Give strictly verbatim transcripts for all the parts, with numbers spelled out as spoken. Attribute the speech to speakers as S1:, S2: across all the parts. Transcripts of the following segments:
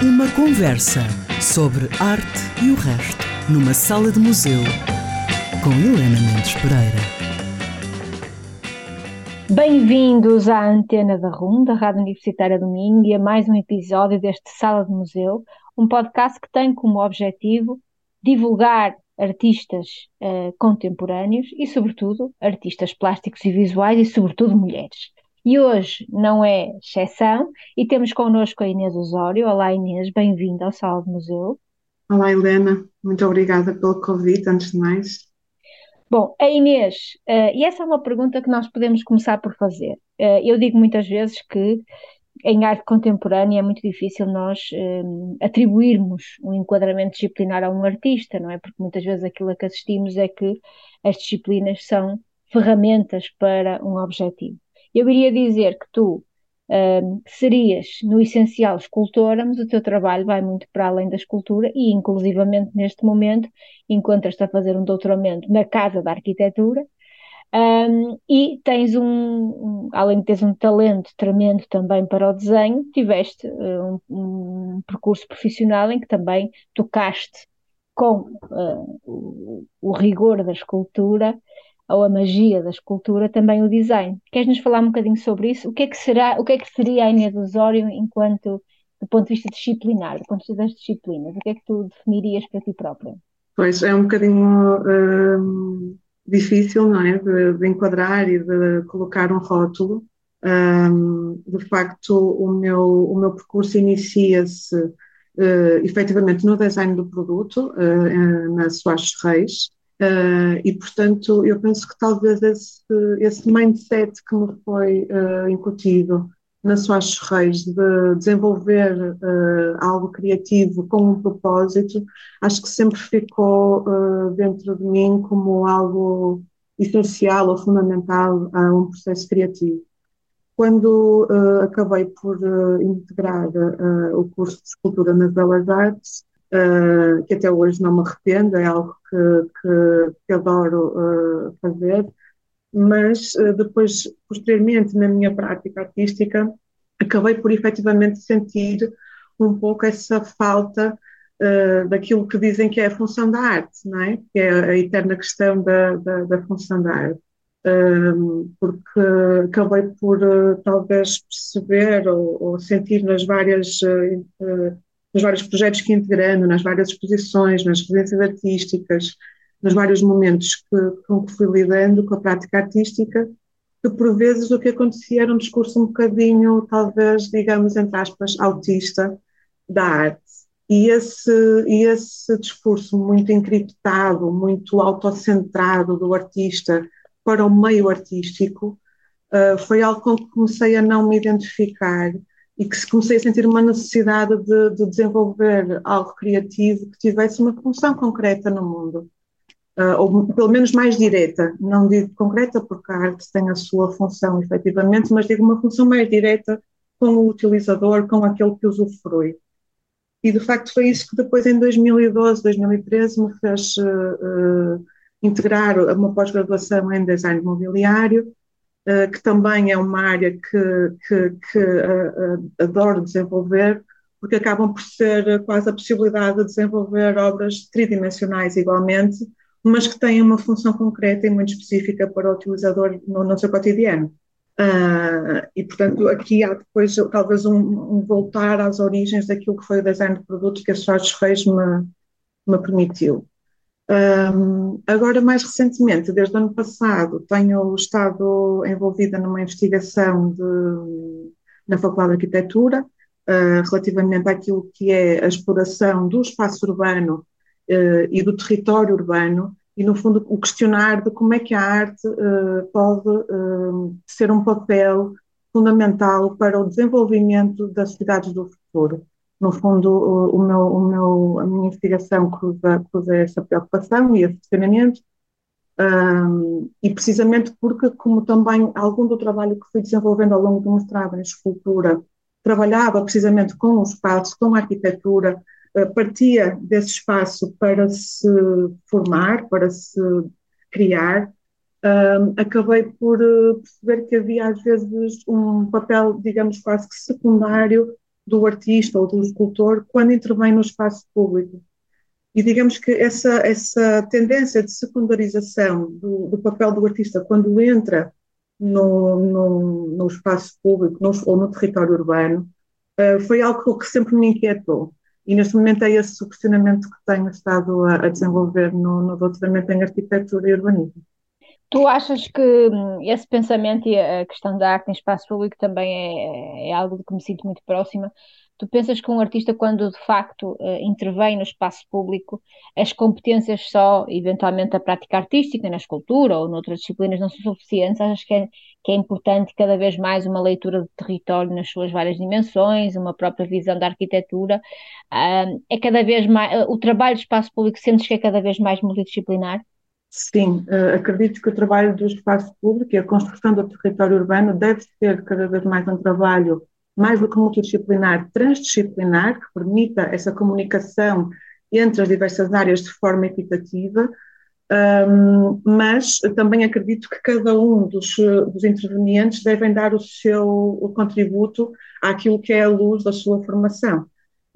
S1: Uma conversa sobre arte e o resto, numa sala de museu, com Helena Mendes Pereira.
S2: Bem-vindos à Antena da RUM, da Rádio Universitária do Minho, e a mais um episódio deste Sala de Museu, um podcast que tem como objetivo divulgar artistas eh, contemporâneos e, sobretudo, artistas plásticos e visuais e, sobretudo, mulheres. E hoje não é exceção e temos connosco a Inês Osório. Olá, Inês, bem-vinda ao Sala de Museu.
S3: Olá, Helena, muito obrigada pelo convite, antes de mais.
S2: Bom, a Inês, eh, e essa é uma pergunta que nós podemos começar por fazer. Eh, eu digo muitas vezes que em arte contemporânea é muito difícil nós eh, atribuirmos um enquadramento disciplinar a um artista, não é? Porque muitas vezes aquilo a que assistimos é que as disciplinas são ferramentas para um objetivo. Eu iria dizer que tu eh, serias, no essencial, escultora, mas o teu trabalho vai muito para além da escultura e, inclusivamente, neste momento, encontras-te a fazer um doutoramento na Casa da Arquitetura. Um, e tens um, um, além de teres um talento tremendo também para o desenho, tiveste uh, um, um percurso profissional em que também tocaste com uh, o, o rigor da escultura ou a magia da escultura também o design. Queres-nos falar um bocadinho sobre isso? O que é que será, o que é que seria a Inês Osório enquanto, do ponto de vista disciplinar, do ponto de vista das disciplinas? O que é que tu definirias para ti própria?
S3: Pois é um bocadinho hum, difícil, não é? De, de enquadrar e de colocar um rótulo. Hum, de facto, o meu, o meu percurso inicia-se uh, efetivamente no design do produto, uh, na Soares Reis, uh, e portanto eu penso que talvez esse, esse mindset que me foi uh, incutido na Soares Reis de desenvolver uh, algo criativo com um propósito, acho que sempre ficou uh, dentro de mim como algo essencial ou fundamental a um processo criativo. Quando uh, acabei por uh, integrar uh, o curso de escultura nas Belas Artes, uh, que até hoje não me arrependo, é algo que, que, que adoro uh, fazer, mas uh, depois, posteriormente, na minha prática artística, acabei por efetivamente sentir um pouco essa falta uh, daquilo que dizem que é a função da arte, não é? Que é a eterna questão da, da, da função da arte. Um, porque acabei por uh, talvez perceber ou, ou sentir nas várias, uh, uh, nos vários projetos que integrando, nas várias exposições, nas residências artísticas, nos vários momentos que, com que fui lidando com a prática artística, que por vezes o que acontecia era um discurso um bocadinho, talvez, digamos, entre aspas, autista da arte. E esse, e esse discurso muito encriptado, muito autocentrado do artista para o meio artístico, uh, foi algo com que comecei a não me identificar e que comecei a sentir uma necessidade de, de desenvolver algo criativo que tivesse uma função concreta no mundo. Uh, ou pelo menos mais direta, não digo concreta porque a arte tem a sua função efetivamente, mas digo uma função mais direta com o utilizador, com aquele que usufrui. E de facto foi isso que depois em dois mil e doze, dois mil e treze me fez uh, uh, integrar uma pós-graduação em design mobiliário, uh, que também é uma área que, que, que uh, uh, adoro desenvolver, porque acabam por ser quase a possibilidade de desenvolver obras tridimensionais igualmente, mas que têm uma função concreta e muito específica para o utilizador no, no seu cotidiano. Uh, e, portanto, aqui há depois talvez um, um voltar às origens daquilo que foi o design de produtos que a Soares Reis me, me permitiu. Um, agora, mais recentemente, desde o ano passado, tenho estado envolvida numa investigação de, na Faculdade de Arquitetura, uh, relativamente àquilo que é a exploração do espaço urbano uh, e do território urbano, e, no fundo, o questionar de como é que a arte uh, pode uh, ser um papel fundamental para o desenvolvimento das cidades do futuro. No fundo, o, o meu, o meu, a minha investigação cruza, cruza essa preocupação e esse questionamento, um, e precisamente porque, como também algum do trabalho que fui desenvolvendo ao longo do mestrado em escultura, trabalhava precisamente com o espaço, com a arquitetura, partia desse espaço para se formar, para se criar, um, acabei por perceber que havia às vezes um papel, digamos, quase que secundário do artista ou do escultor quando intervém no espaço público. E digamos que essa, essa tendência de secundarização do, do papel do artista quando entra no, no, no espaço público no, ou no território urbano uh, foi algo que sempre me inquietou. E neste momento é esse o questionamento que tenho estado a, a desenvolver no, no doutoramento em arquitetura e urbanismo.
S2: Tu achas que hum, esse pensamento e a questão da arte em espaço público também é, é algo de que me sinto muito próxima? Tu pensas que um artista, quando de facto eh, intervém no espaço público, as competências só, eventualmente, a prática artística, na escultura ou noutras disciplinas não são suficientes? Achas que é, que é importante cada vez mais uma leitura do território nas suas várias dimensões, uma própria visão da arquitetura? Ah, é cada vez mais, o trabalho de espaço público sentes que é cada vez mais multidisciplinar?
S3: Sim, uh, acredito que o trabalho do espaço público e a construção do território urbano deve ser cada vez mais um trabalho mais do que multidisciplinar, transdisciplinar, que permita essa comunicação entre as diversas áreas de forma equitativa, um, mas também acredito que cada um dos, dos intervenientes devem dar o seu o contributo àquilo que é a luz da sua formação.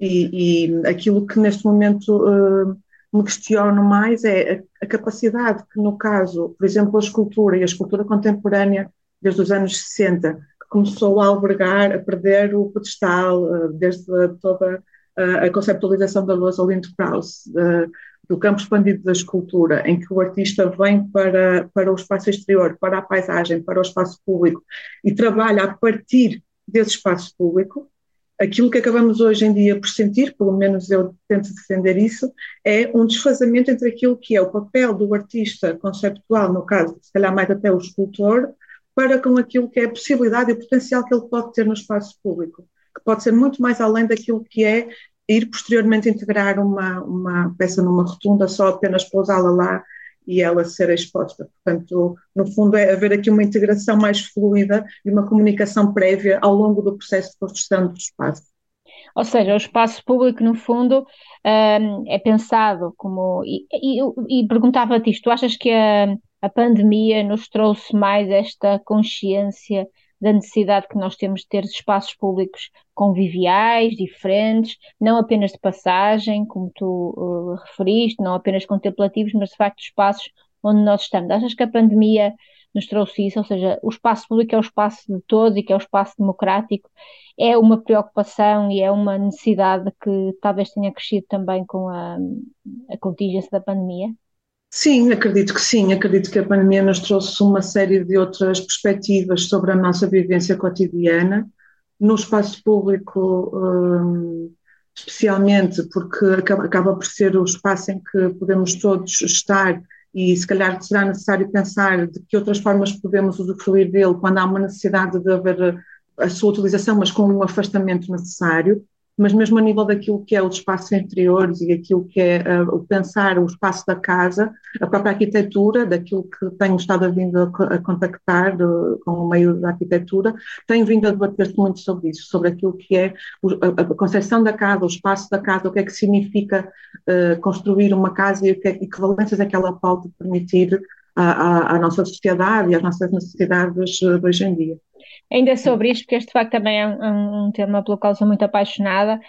S3: E, e aquilo que neste momento uh, me questiono mais é a, a capacidade que, no caso, por exemplo, a escultura e a escultura contemporânea, desde os anos sessenta, que começou a albergar, a perder o pedestal, uh, desde toda uh, a conceptualização da Rosalind Krauss, uh, do campo expandido da escultura, em que o artista vem para, para o espaço exterior, para a paisagem, para o espaço público e trabalha a partir desse espaço público. Aquilo que acabamos hoje em dia por sentir, pelo menos eu tento defender isso, é um desfazamento entre aquilo que é o papel do artista conceptual, no caso, se calhar mais até o escultor, para com aquilo que é a possibilidade e o potencial que ele pode ter no espaço público, que pode ser muito mais além daquilo que é ir posteriormente integrar uma, uma peça numa rotunda, só apenas pousá-la lá e ela ser exposta. Portanto, no fundo, é haver aqui uma integração mais fluida e uma comunicação prévia ao longo do processo de construção do espaço.
S2: Ou seja, o espaço público, no fundo, um, é pensado como. E, e, e perguntava-te isto: tu achas que a, a pandemia nos trouxe mais esta consciência da necessidade que nós temos de ter espaços públicos conviviais, diferentes, não apenas de passagem, como tu uh, referiste, não apenas contemplativos, mas de facto espaços onde nós estamos? Achas que a pandemia nos trouxe isso? Ou seja, o espaço público é o espaço de todos e que é o espaço democrático, é uma preocupação e é uma necessidade que talvez tenha crescido também com a, a contingência da pandemia?
S3: Sim, acredito que sim. Acredito que a pandemia nos trouxe uma série de outras perspectivas sobre a nossa vivência cotidiana. No espaço público, hum, especialmente porque acaba, acaba por ser o espaço em que podemos todos estar e se calhar será necessário pensar de que outras formas podemos usufruir dele quando há uma necessidade de haver a sua utilização, mas com um afastamento necessário. Mas mesmo a nível daquilo que é os espaços interiores e aquilo que é uh, o pensar o espaço da casa, a própria arquitetura, daquilo que tenho estado a vindo a, a contactar uh, com o meio da arquitetura, tenho vindo a debater muito sobre isso, sobre aquilo que é o, a, a concepção da casa, o espaço da casa, o que é que significa uh, construir uma casa e, o que, é, e que valências é que ela pode permitir à, à, à nossa sociedade e às nossas necessidades uh, de hoje em dia.
S2: Ainda sobre isto, porque este de facto também é um, um tema pelo qual sou muito apaixonada.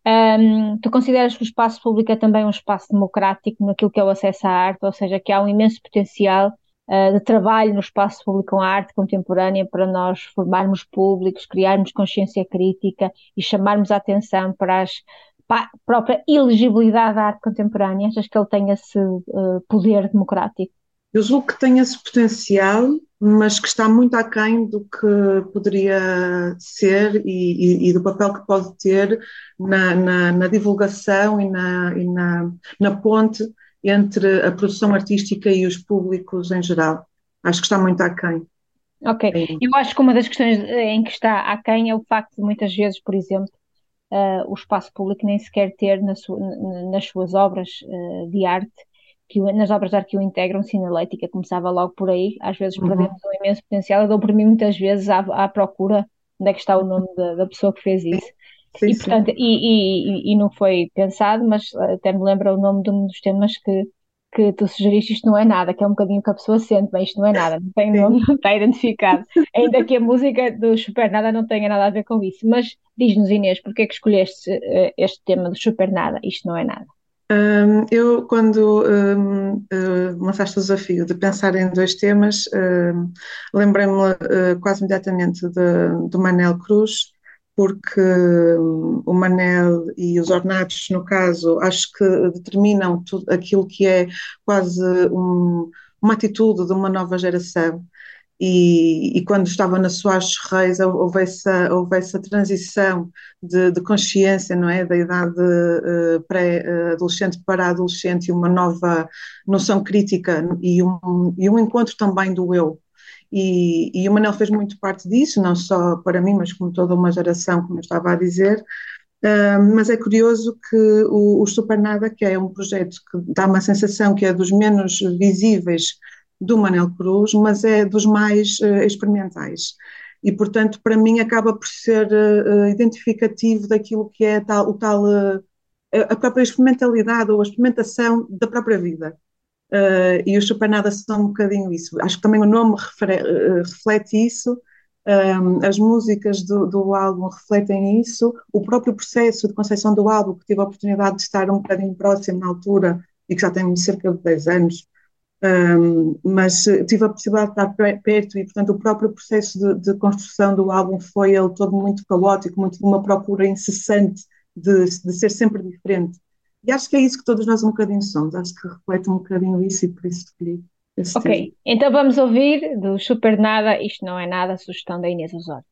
S2: Um, tu consideras que o espaço público é também um espaço democrático naquilo que é o acesso à arte, ou seja, que há um imenso potencial uh, de trabalho no espaço público com a arte contemporânea para nós formarmos públicos, criarmos consciência crítica e chamarmos a atenção para, as, para a própria elegibilidade da arte contemporânea? Achas que ele tem esse uh, poder democrático?
S3: Eu julgo que tem esse potencial, mas que está muito aquém do que poderia ser e, e, e do papel que pode ter na, na, na divulgação e, na, e na, na ponte entre a produção artística e os públicos em geral. Acho que está muito aquém.
S2: Ok,
S3: Sim.
S2: eu acho que uma das questões em que está aquém é o facto de muitas vezes, por exemplo, uh, o espaço público nem sequer ter na sua, nas suas obras uh, de arte, que o, nas obras de arte que o integram, sinalética, começava logo por aí, às vezes
S3: Uhum.
S2: perdemos um imenso potencial. Eu dou por mim muitas vezes à, à procura onde é que está o nome da, da pessoa que fez isso.
S3: Sim,
S2: E
S3: sim.
S2: portanto, e, e, e não foi pensado, mas até me lembra o nome de um dos temas que que tu sugeriste, isto não é nada, que é um bocadinho que a pessoa sente, bem, isto não é nada, não tem nome, não está identificado. Ainda que a música do Super Nada não tenha nada a ver com isso. Mas diz-nos, Inês, porque é que escolheste uh, este tema do Super Nada, isto não é nada?
S3: Um, eu, quando um, uh, lançaste o desafio de pensar em dois temas, um, lembrei-me uh, quase imediatamente de, do Manel Cruz, porque um, o Manel e os ornatos, no caso, acho que determinam tudo aquilo que é quase um, uma atitude de uma nova geração. E, e quando estava na Soares Reis houve essa, houve essa transição de, de consciência, não é? Da idade uh, pré-adolescente para adolescente e uma nova noção crítica e um, e um encontro também do eu. E, e o Manel fez muito parte disso, não só para mim, mas como toda uma geração, como eu estava a dizer. Uh, mas é curioso que o, o Supernada, que é um projeto que dá uma sensação que é dos menos visíveis do Manel Cruz, mas é dos mais uh, experimentais. E, portanto, para mim acaba por ser uh, identificativo daquilo que é tal, o tal, uh, a própria experimentalidade ou a experimentação da própria vida. Uh, e os Supernada são um bocadinho isso. Acho que também o nome refere, uh, reflete isso. Um, as músicas do, do álbum refletem isso, o próprio processo de concepção do álbum, que tive a oportunidade de estar um bocadinho próximo na altura e que já tem cerca de dez anos, um, mas tive a possibilidade de estar perto e, portanto, o próprio processo de, de construção do álbum foi ele todo muito caótico, muito de uma procura incessante de, de ser sempre diferente. E acho que é isso que todos nós um bocadinho somos, acho que reflete um bocadinho isso e por isso escolhi esse
S2: Ok,
S3: tema.
S2: então vamos ouvir do Super Nada, isto não é nada, a sugestão da Inês Osório.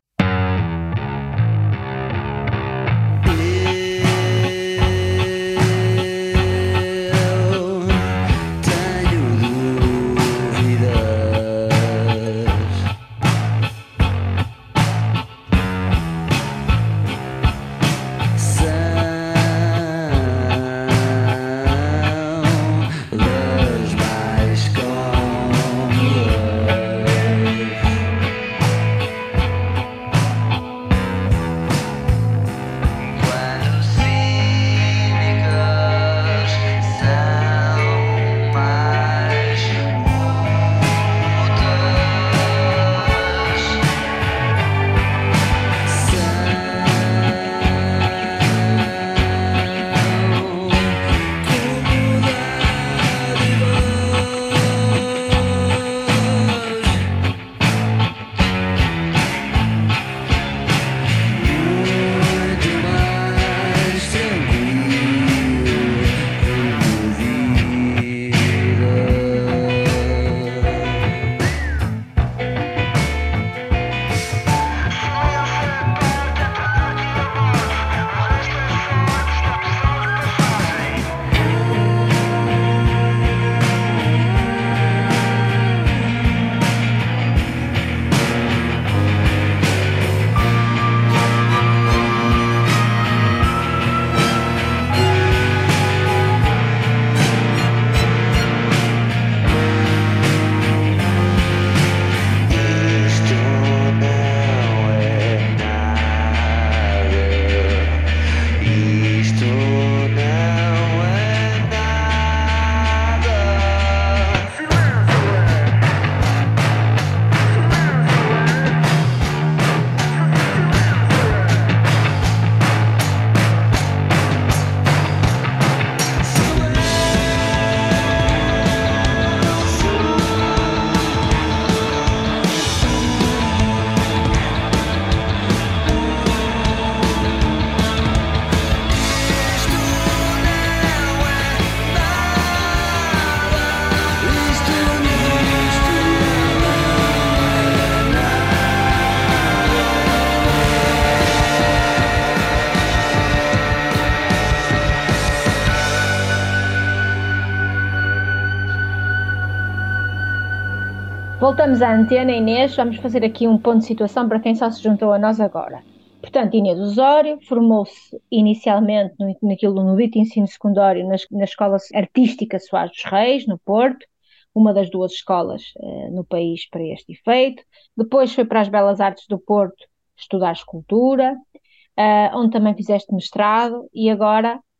S2: Voltamos à antena, Inês, vamos fazer aqui um ponto de situação para quem só se juntou a nós agora. Portanto, Inês Osório formou-se inicialmente no, naquilo, no dito ensino secundário na, na Escola Artística Soares dos Reis, no Porto, uma das duas escolas eh, no país para este efeito. Depois foi para as Belas Artes do Porto estudar escultura, eh, onde também fizeste mestrado, e agora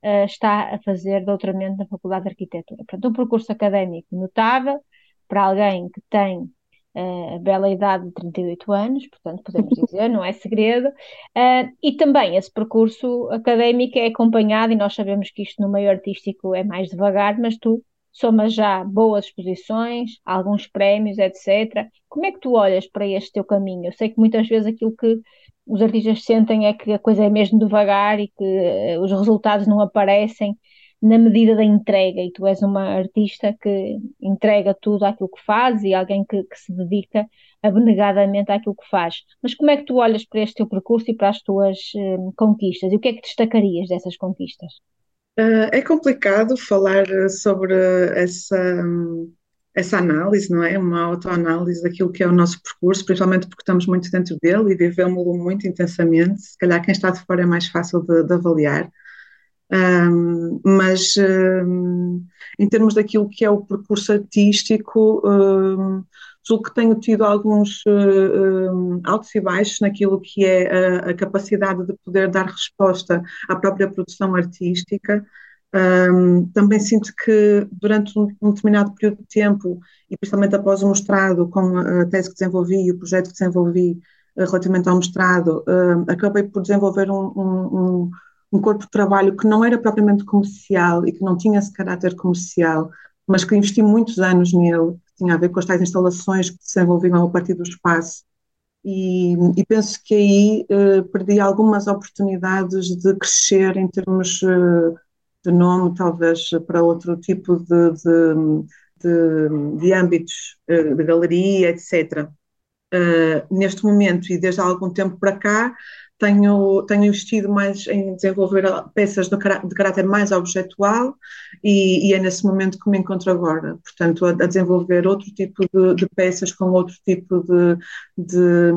S2: uh, está a fazer doutoramento na Faculdade de Arquitetura. Portanto, um percurso académico notável para alguém que tem uh, a bela idade de trinta e oito anos, portanto, podemos dizer, não é segredo. Uh, e também esse percurso académico é acompanhado, e nós sabemos que isto no meio artístico é mais devagar, mas tu somas já boas exposições, alguns prémios, etcétera. Como é que tu olhas para este teu caminho? Eu sei que muitas vezes aquilo que os artistas sentem é que a coisa é mesmo devagar e que uh, os resultados não aparecem na medida da entrega, e tu és uma artista que entrega tudo àquilo que faz e alguém que, que se dedica abnegadamente àquilo que faz. Mas como é que tu olhas para este teu percurso e para as tuas uh, conquistas? E o que é que destacarias dessas conquistas?
S3: Uh, é complicado falar uh, sobre essa, um, essa análise, não é? Uma autoanálise daquilo que é o nosso percurso, principalmente porque estamos muito dentro dele e vivemos-lo muito intensamente. Se calhar quem está de fora é mais fácil de, de avaliar. Um, mas um, em termos daquilo que é o percurso artístico, um, julgo que tenho tido alguns um, altos e baixos naquilo que é a, a capacidade de poder dar resposta à própria produção artística. Um, também sinto que durante um, um determinado período de tempo, e principalmente após o mestrado, com a tese que desenvolvi e o projeto que desenvolvi uh, relativamente ao mestrado, uh, acabei por desenvolver um, um, um um corpo de trabalho que não era propriamente comercial e que não tinha esse caráter comercial, mas que investi muitos anos nele, que tinha a ver com as tais instalações que se desenvolviam a partir do espaço. E, e penso que aí eh, perdi algumas oportunidades de crescer em termos eh, de nome, talvez para outro tipo de, de, de, de âmbitos, eh, de galeria, etcétera. Uh, neste momento e desde há algum tempo para cá, tenho, tenho investido mais em desenvolver peças de, de caráter mais objetual e, e é nesse momento que me encontro agora. Portanto, a, a desenvolver outro tipo de, de peças com outro tipo de, de,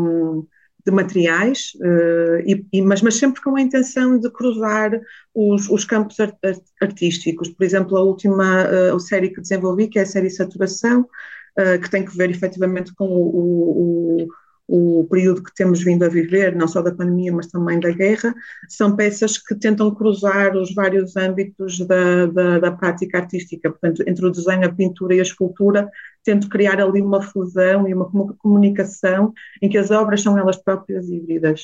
S3: de materiais, uh, e, e, mas, mas sempre com a intenção de cruzar os, os campos art, artísticos. Por exemplo, a última uh, a série que desenvolvi, que é a série Saturação, Uh, que tem que ver efetivamente com o, o, o período que temos vindo a viver, não só da pandemia, mas também da guerra. São peças que tentam cruzar os vários âmbitos da, da, da prática artística, portanto, entre o desenho, a pintura e a escultura, tento criar ali uma fusão e uma comunicação em que as obras são elas próprias híbridas.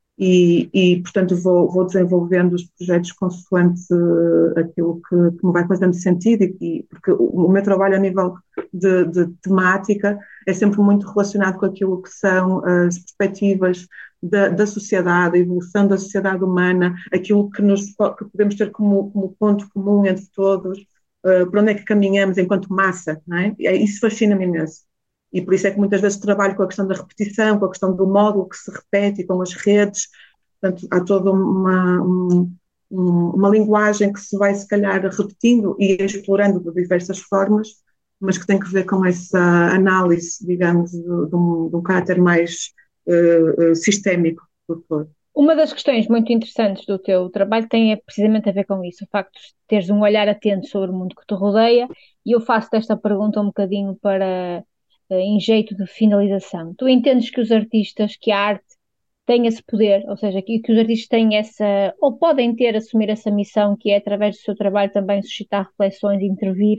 S3: E, e, portanto, vou, vou desenvolvendo os projetos consoante uh, aquilo que, que me vai fazendo sentido, e, e, porque o, o meu trabalho a nível de, de temática é sempre muito relacionado com aquilo que são as perspectivas da, da sociedade, a evolução da sociedade humana, aquilo que, nos, que podemos ter como, como ponto comum entre todos, uh, para onde é que caminhamos enquanto massa, não é? Isso fascina-me imenso. E por isso é que muitas vezes trabalho com a questão da repetição, com a questão do módulo que se repete, com as redes. Portanto, há toda uma, um, uma linguagem que se vai, se calhar, repetindo e explorando de diversas formas, mas que tem que ver com essa análise, digamos, de, de, um, de um caráter mais uh, uh, sistémico do todo.
S2: Uma das questões muito interessantes do teu trabalho tem é precisamente a ver com isso, o facto de teres um olhar atento sobre o mundo que te rodeia, e eu faço-te esta pergunta um bocadinho para... em jeito de finalização. Tu entendes que os artistas, que a arte tem esse poder, ou seja, que, que os artistas têm essa, ou podem ter, assumir essa missão, que é através do seu trabalho também suscitar reflexões e intervir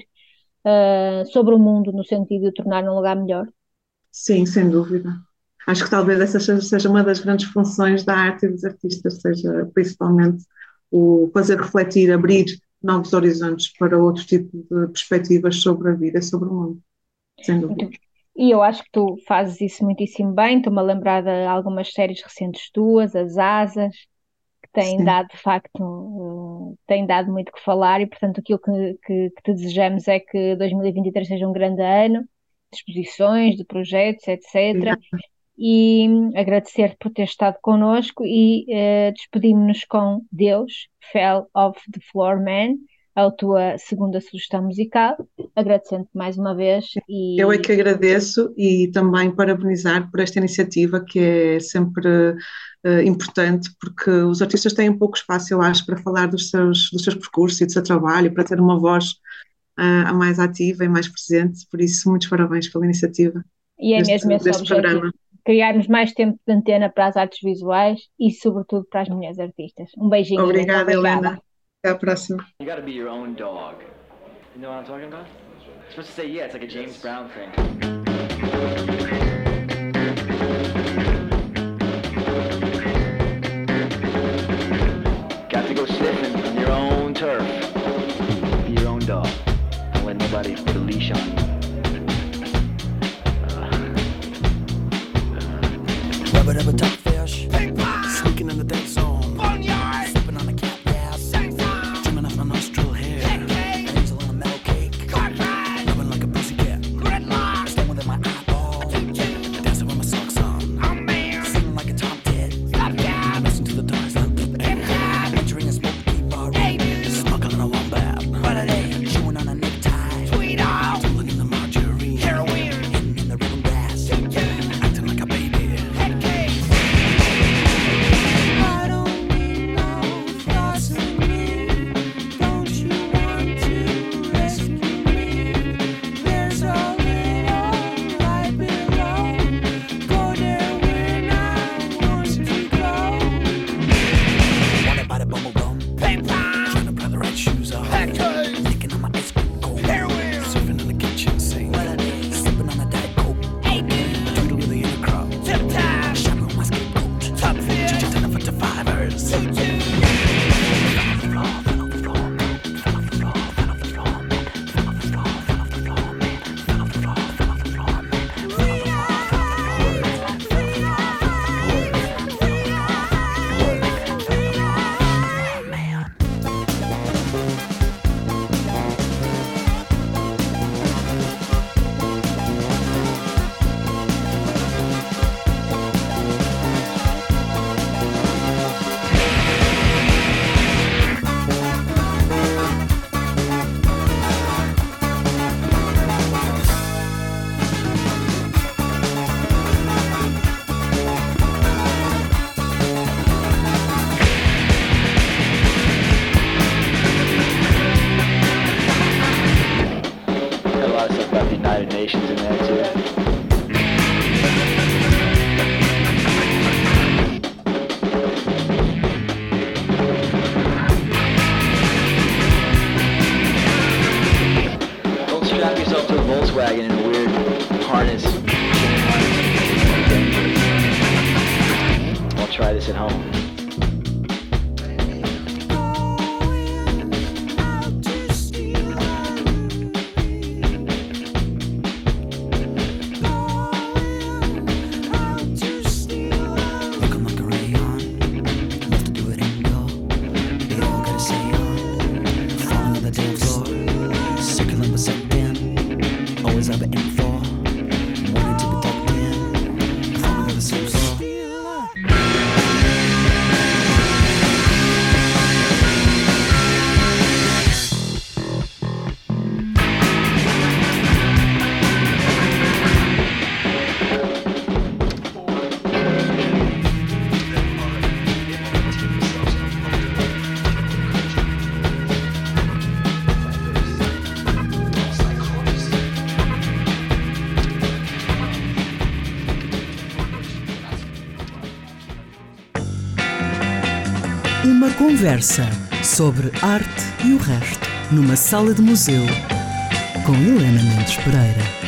S2: uh, sobre o mundo no sentido de o tornar um lugar melhor?
S3: Sim, sem dúvida. Acho que talvez essa seja uma das grandes funções da arte e dos artistas, seja principalmente o fazer refletir, abrir novos horizontes para outro tipo de perspectivas sobre a vida e sobre o mundo, sem dúvida.
S2: Muito. E eu acho que tu fazes isso muitíssimo bem. Estou-me a lembrar de algumas séries recentes tuas, as Asas, que têm
S3: Sim.
S2: dado, de facto, uh, têm dado muito que falar, e portanto aquilo que, que, que te desejamos é que dois mil e vinte e três seja um grande ano de exposições, de projetos, etcétera. E agradecer-te por ter estado connosco e uh, despedimos-nos com Deus, Fell Off the Floor Man, a tua segunda sugestão musical, agradecendo-te mais uma vez. E...
S3: Eu é que agradeço e também parabenizar por esta iniciativa, que é sempre uh, importante, porque os artistas têm pouco espaço, eu acho, para falar dos seus, dos seus percursos e do seu trabalho, para ter uma voz uh, mais ativa e mais presente, por isso muitos parabéns pela iniciativa.
S2: E é
S3: deste,
S2: mesmo esse
S3: deste
S2: objetivo,
S3: programa.
S2: Criarmos mais tempo de antena para as artes visuais e sobretudo para as mulheres artistas. Um beijinho.
S3: Obrigada,
S2: Inês, obrigada.
S3: Helena. Até à próxima.
S4: You gotta be your own dog. You know what I'm talking about? You're supposed to say yeah, it's like a James Brown thing. Got to go sniffing on your own turf. Be your own dog. Don't let nobody put a leash on you.
S5: Rubber dubber duck fish, sneaking in the dead zone, barnyard, sipping on the cat gas, trimming off my nostril hair, angel on a metal cake, rubbing like a pussycat, gridlock, staying within my eyeball, dancing with my socks on, singing like a tom tit, listen to the dogs on entering a smoky bar, smuggling a wombat, chewing on a necktie, tumbling in the margarine, heroin, hitting in the rhythm bass, acting like a baby.
S4: United Nations in there too. Don't strap yourself to a Volkswagen in a weird harness. I'll try this at home.
S1: Uma conversa sobre arte e o resto, numa sala de museu, com Helena Mendes Pereira.